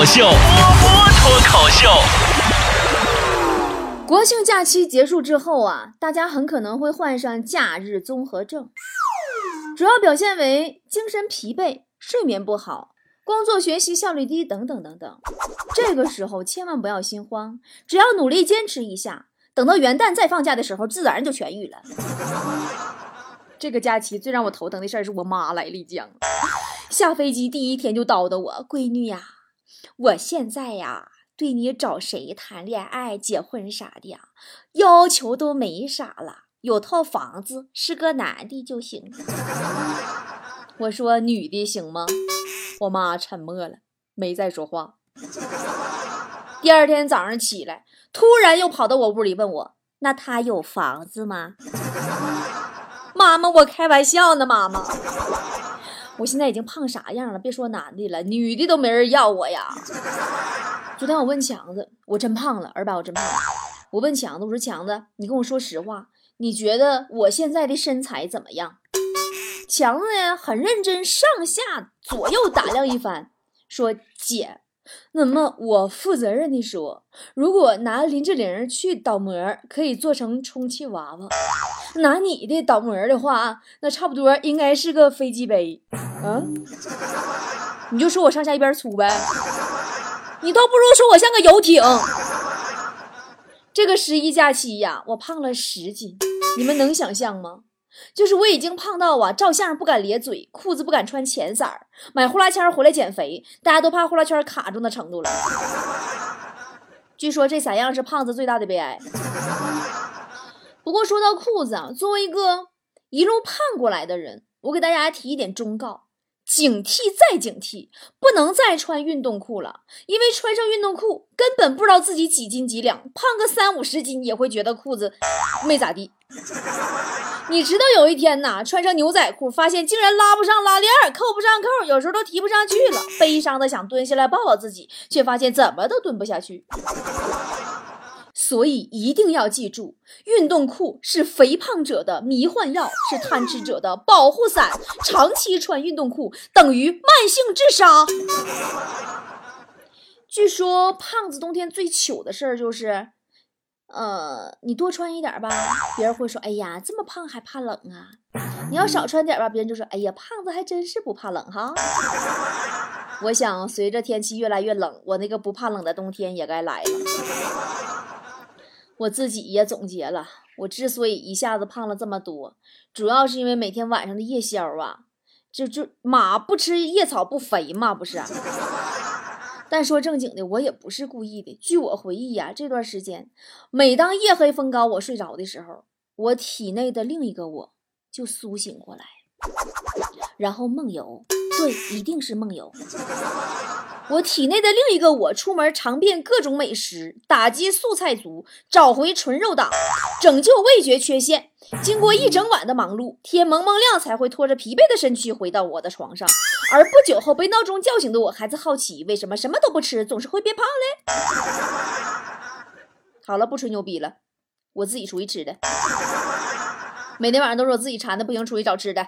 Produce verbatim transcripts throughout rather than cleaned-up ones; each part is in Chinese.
口秀，波波脱口秀。 国庆假期结束之后啊，大家很可能会患上假日综合症，主要表现为精神疲惫、睡眠不好、工作学习效率低等等等等。这个时候千万不要心慌，只要努力坚持一下，等到元旦再放假的时候，自然就痊愈了。这个假期最让我头疼的事儿是我妈来丽江，下飞机第一天就叨叨我：闺女呀，我现在呀对你找谁谈恋爱结婚啥的呀要求都没啥了，有套房子，是个男的就行。我说女的行吗？我妈沉默了，没再说话。第二天早上起来，突然又跑到我屋里问我：那他有房子吗？妈妈，我开玩笑呢，妈妈。我现在已经胖啥样了，别说男的了，女的都没人要我呀。昨天我问强子，我真胖了，二爸我真胖了。我问强子，我说强子，你跟我说实话，你觉得我现在的身材怎么样？强子呢很认真，上下左右打量一番，说姐，那么我负责任地说，如果拿林志玲去倒模，可以做成充气娃娃；拿你的倒模的话，那差不多应该是个飞机杯。嗯，你就说我上下一边粗呗，你倒不如说我像个游艇。这个十一假期呀，我胖了十斤，你们能想象吗？就是我已经胖到啊，照相不敢咧嘴，裤子不敢穿浅色儿，买呼啦圈回来减肥，大家都怕呼啦圈卡住那程度了。据说这三样是胖子最大的悲哀。不过说到裤子啊，作为一个一路胖过来的人，我给大家提一点忠告：警惕再警惕，不能再穿运动裤了，因为穿上运动裤根本不知道自己几斤几两，胖个三五十斤也会觉得裤子没咋地。你知道有一天呐，穿上牛仔裤发现竟然拉不上拉链，扣不上扣，有时候都提不上去了，悲伤的想蹲下来抱抱自己，却发现怎么都蹲不下去。所以一定要记住，运动裤是肥胖者的迷幻药，是贪吃者的保护伞，长期穿运动裤等于慢性自杀。据说胖子冬天最糗的事儿就是呃，你多穿一点吧，别人会说，哎呀，这么胖还怕冷啊。你要少穿点吧，别人就说，哎呀，胖子还真是不怕冷哈。我想随着天气越来越冷，我那个不怕冷的冬天也该来了。我自己也总结了，我之所以一下子胖了这么多，主要是因为每天晚上的夜宵啊，就就马不吃夜草不肥嘛，不是啊。但说正经的，我也不是故意的。据我回忆啊，这段时间，每当夜黑风高我睡着的时候，我体内的另一个我就苏醒过来，然后梦游，对，一定是梦游。我体内的另一个我出门尝遍各种美食，打击素菜族，找回纯肉党，拯救味觉缺陷。经过一整晚的忙碌，天蒙蒙亮才会拖着疲惫的身躯回到我的床上。而不久后被闹钟叫醒的我还在好奇，为什么什么都不吃总是会变胖嘞？好了，不吹牛逼了，我自己出去吃的，每天晚上都是我自己馋的不行出去找吃的。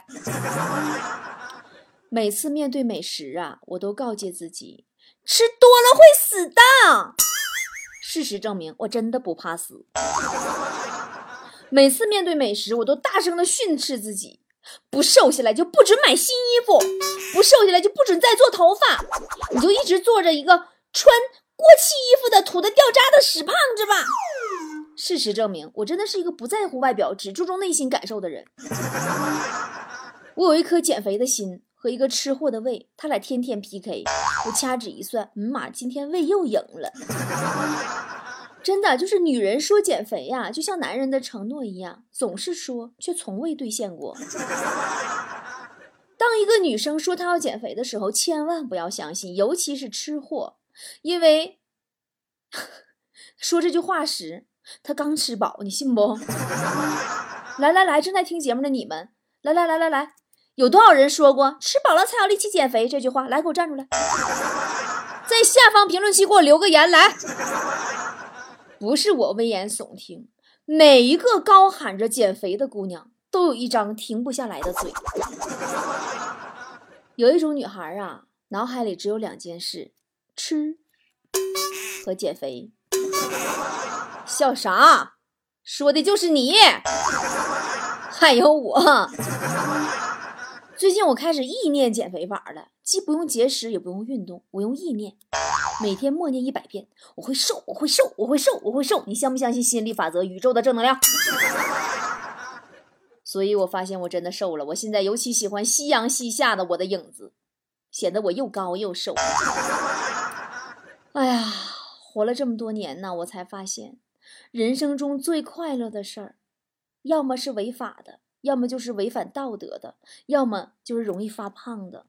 每次面对美食啊，我都告诫自己，吃多了会死的。事实证明，我真的不怕死。每次面对美食，我都大声的训斥自己，不瘦下来就不准买新衣服，不瘦下来就不准再做头发，你就一直做着一个穿过期衣服的土的掉渣的死胖子吧。事实证明，我真的是一个不在乎外表只注重内心感受的人。我有一颗减肥的心和一个吃货的胃，他俩天天 P K。 我掐指一算，嗯妈，今天胃又赢了。真的，就是女人说减肥呀、啊，就像男人的承诺一样，总是说却从未兑现过。当一个女生说她要减肥的时候，千万不要相信，尤其是吃货，因为说这句话时她刚吃饱，你信不？来来来，正在听节目的你们，来来来来来，有多少人说过吃饱了才有力气减肥这句话？来，给我站出来，在下方评论区给我留个言来。不是我危言耸听，每一个高喊着减肥的姑娘都有一张停不下来的嘴。有一种女孩啊，脑海里只有两件事，吃和减肥。笑啥？说的就是你，还有我。最近我开始意念减肥法了，既不用节食也不用运动，我用意念，每天默念一百遍，我会瘦，我会瘦，我会瘦，我会瘦。你相不相信吸引力法则，宇宙的正能量？所以我发现我真的瘦了，我现在尤其喜欢夕阳西下的我的影子，显得我又高又瘦。哎呀，活了这么多年呢，我才发现人生中最快乐的事儿，要么是违法的，要么就是违反道德的，要么就是容易发胖的。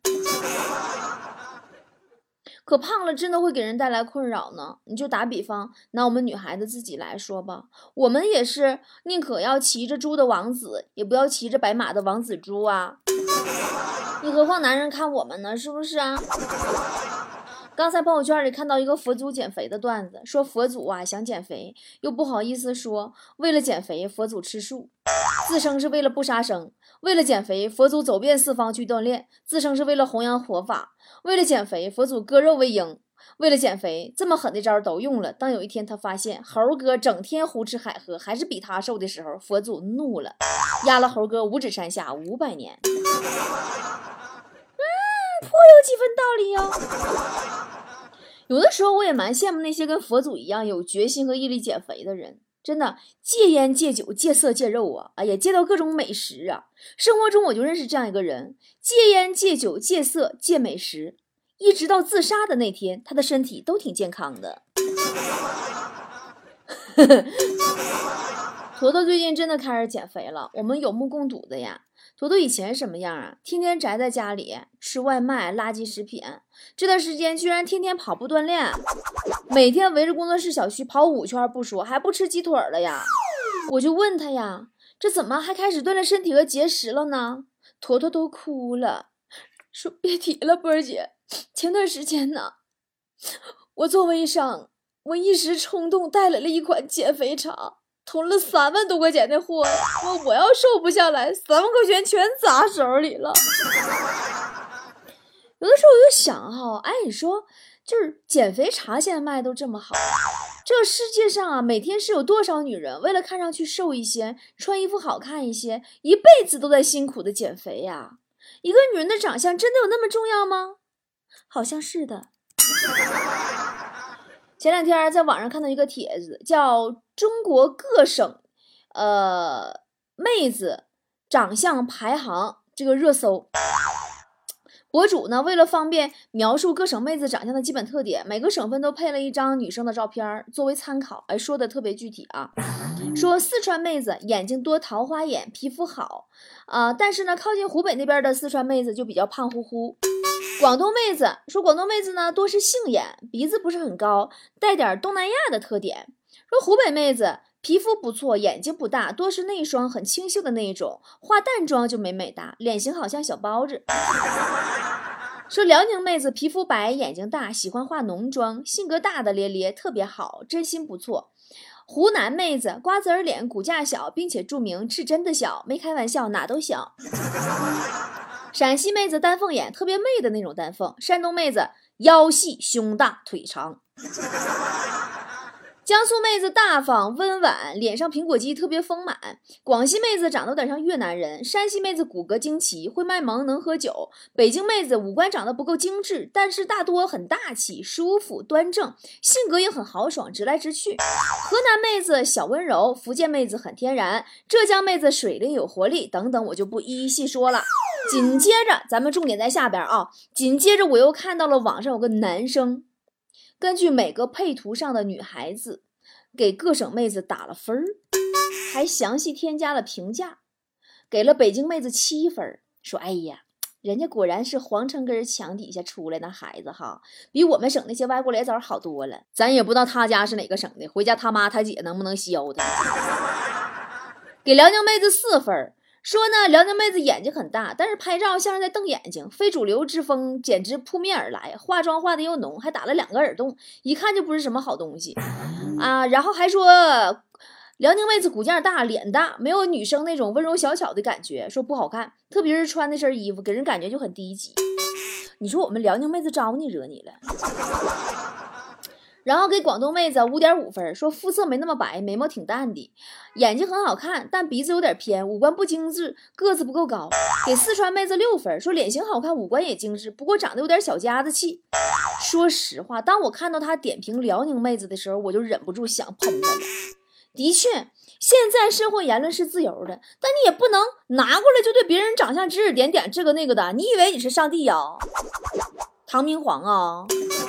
可胖了真的会给人带来困扰呢。你就打比方，拿我们女孩子自己来说吧，我们也是宁可要骑着猪的王子，也不要骑着白马的王子猪啊。你何况男人看我们呢，是不是啊？刚才朋友圈里看到一个佛祖减肥的段子，说佛祖啊想减肥，又不好意思说，为了减肥佛祖吃素，自称是为了不杀生；为了减肥佛祖走遍四方去锻炼，自称是为了弘扬佛法；为了减肥佛祖割肉喂鹰。为了减肥，这么狠的招都用了。当有一天他发现猴哥整天胡吃海喝，还是比他瘦的时候，佛祖怒了，压了猴哥五指山下五百年。嗯，颇有几分道理哦。有的时候我也蛮羡慕那些跟佛祖一样有决心和毅力减肥的人，真的戒烟戒酒戒色戒肉啊，哎呀戒到各种美食啊。生活中我就认识这样一个人，戒烟戒酒戒色戒美食，一直到自杀的那天，他的身体都挺健康的。坨坨最近真的开始减肥了，我们有目共睹的呀。坨坨以前什么样啊？天天宅在家里吃外卖垃圾食品，这段时间居然天天跑步锻炼，每天围着工作室小区跑五圈不说，还不吃鸡腿了呀。我就问他呀，这怎么还开始锻炼身体和节食了呢？坨坨都哭了，说别提了波儿姐，前段时间呢，我做微商，我一时冲动代理了一款减肥茶，投了三万多块钱的货，我我要瘦不下来，三万块钱全砸手里了。有的时候我就想哈，哎，你说就是减肥茶现在卖都这么好，这个世界上啊，每天是有多少女人为了看上去瘦一些，穿衣服好看一些，一辈子都在辛苦的减肥呀？一个女人的长相真的有那么重要吗？好像是的。前两天在网上看到一个帖子，叫中国各省呃妹子长相排行这个热搜。博主呢为了方便描述各省妹子长相的基本特点，每个省份都配了一张女生的照片作为参考，哎，说的特别具体啊。说四川妹子眼睛多桃花眼，皮肤好啊、呃，但是呢靠近湖北那边的四川妹子就比较胖乎乎。广东妹子说广东妹子呢多是杏眼，鼻子不是很高，带点东南亚的特点。说湖北妹子皮肤不错，眼睛不大，多是内双很清秀的那一种，化淡妆就美美哒，脸型好像小包子。说辽宁妹子皮肤白，眼睛大，喜欢化浓妆，性格大大咧咧，特别好，真心不错。湖南妹子瓜子儿脸，骨架小，并且注明是真的小，没开玩笑，哪都小。陕西妹子丹凤眼，特别媚的那种丹凤。山东妹子腰细胸大腿长。江苏妹子大方温婉，脸上苹果肌特别丰满。广西妹子长得有点像越南人。山西妹子骨骼惊奇，会卖萌，能喝酒。北京妹子五官长得不够精致，但是大多很大气、舒服、端正，性格也很豪爽，直来直去。河南妹子小温柔，福建妹子很天然，浙江妹子水灵有活力，等等，我就不一一细说了。紧接着咱们重点在下边啊，紧接着我又看到了网上有个男生根据每个配图上的女孩子给各省妹子打了分儿，还详细添加了评价，给了北京妹子七分，说哎呀，人家果然是皇城根墙底下出来的孩子哈，比我们省那些歪锅裂枣好多了。咱也不知道他家是哪个省的，回家他妈他姐能不能削他。给辽宁妹子四分，说呢辽宁妹子眼睛很大，但是拍照像是在瞪眼睛，非主流之风简直扑面而来，化妆化的又浓，还打了两个耳洞，一看就不是什么好东西啊。然后还说辽宁妹子骨架大，脸大，没有女生那种温柔小巧的感觉，说不好看，特别是穿那身衣服给人感觉就很低级。你说我们辽宁妹子招你惹你了？ 然后给广东妹子 五点五分，说肤色没那么白，眉毛挺淡的，眼睛很好看，但鼻子有点偏，五官不精致，个子不够高。给四川妹子六分，说脸型好看，五官也精致，不过长得有点小家子气。说实话，当我看到他点评辽宁妹子的时候，我就忍不住想喷他了。的确，现在社会言论是自由的，但你也不能拿过来就对别人长相指指点点这个那个的。你以为你是上帝呀？唐明皇啊？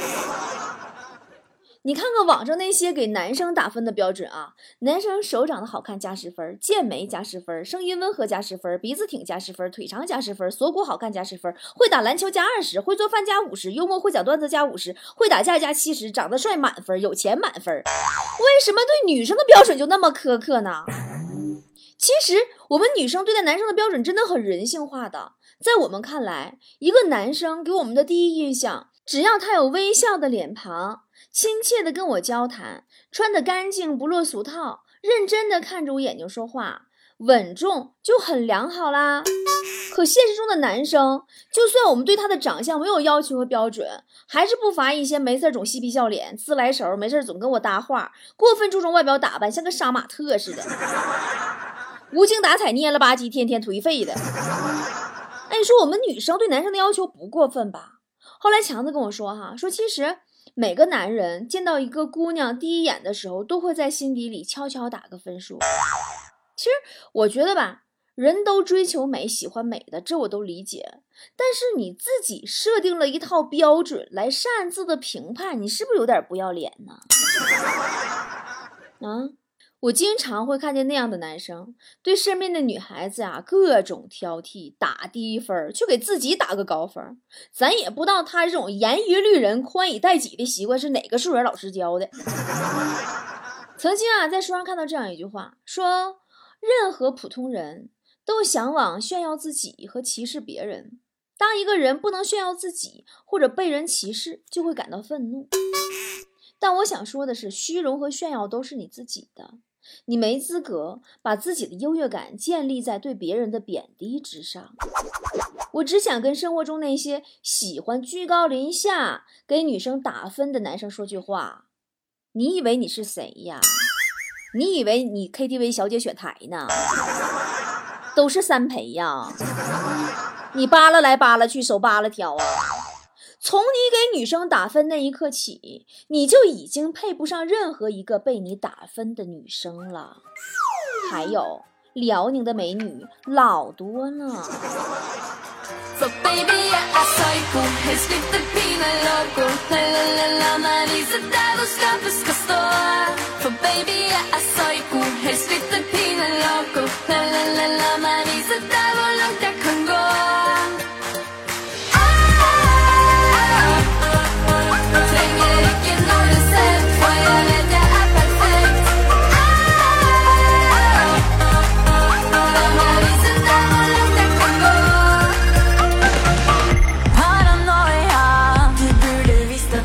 你看看网上那些给男生打分的标准啊，男生手长得好看加十分，健美加十分，声音温和加十分，鼻子挺加十分，腿长加十分，锁骨好看加十分，会打篮球加二十，会做饭加五十，幽默会讲段子加五十，会打架加七十，长得帅满分，有钱满分。为什么对女生的标准就那么苛刻呢？其实我们女生对待男生的标准真的很人性化的。在我们看来，一个男生给我们的第一印象，只要他有微笑的脸庞，亲切的跟我交谈，穿得干净不落俗套，认真的看着我眼睛说话，稳重就很良好啦。可现实中的男生，就算我们对他的长相没有要求和标准，还是不乏一些没事总嬉皮笑脸，自来熟，没事总跟我搭话，过分注重外表打扮，像个杀马特似的，无精打采，蔫了吧唧，天天颓废的。哎，你说我们女生对男生的要求不过分吧？后来强子跟我说哈，说其实每个男人见到一个姑娘第一眼的时候，都会在心底里悄悄打个分数。其实我觉得吧，人都追求美，喜欢美的，这我都理解。但是你自己设定了一套标准来擅自的评判，你是不是有点不要脸呢？啊？我经常会看见那样的男生，对身边的女孩子啊各种挑剔，打低分，却给自己打个高分。咱也不知道他这种严于律人、宽以待己的习惯是哪个数学老师教的。曾经啊，在书上看到这样一句话，说任何普通人都向往炫耀自己和歧视别人。当一个人不能炫耀自己，或者被人歧视，就会感到愤怒。但我想说的是，虚荣和炫耀都是你自己的。你没资格把自己的优越感建立在对别人的贬低之上。我只想跟生活中那些喜欢居高临下给女生打分的男生说句话，你以为你是谁呀？你以为你 K T V 小姐选台呢？都是三陪呀，你扒拉来扒拉去，手扒拉挑啊。从你给女生打分那一刻起，你就已经配不上任何一个被你打分的女生了。还有辽宁的美女老多呢。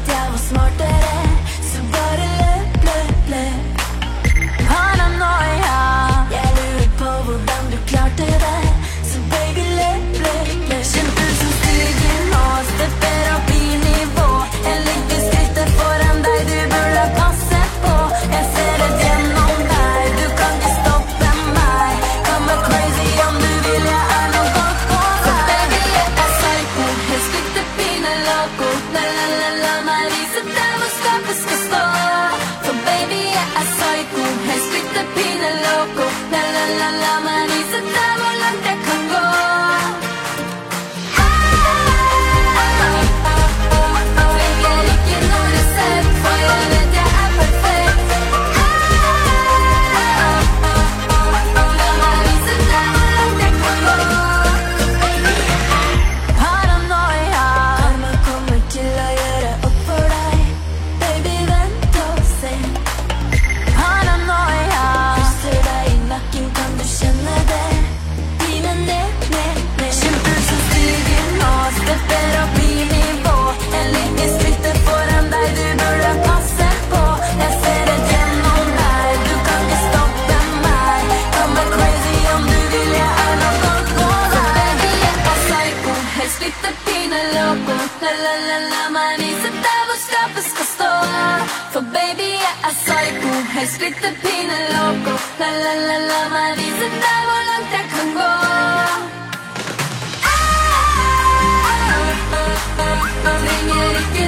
Paranoia For baby I soy tu hai scritto pinaloco La la la la ma di se dai volante a Congo Ah, ah, ah, ah, ah, ah,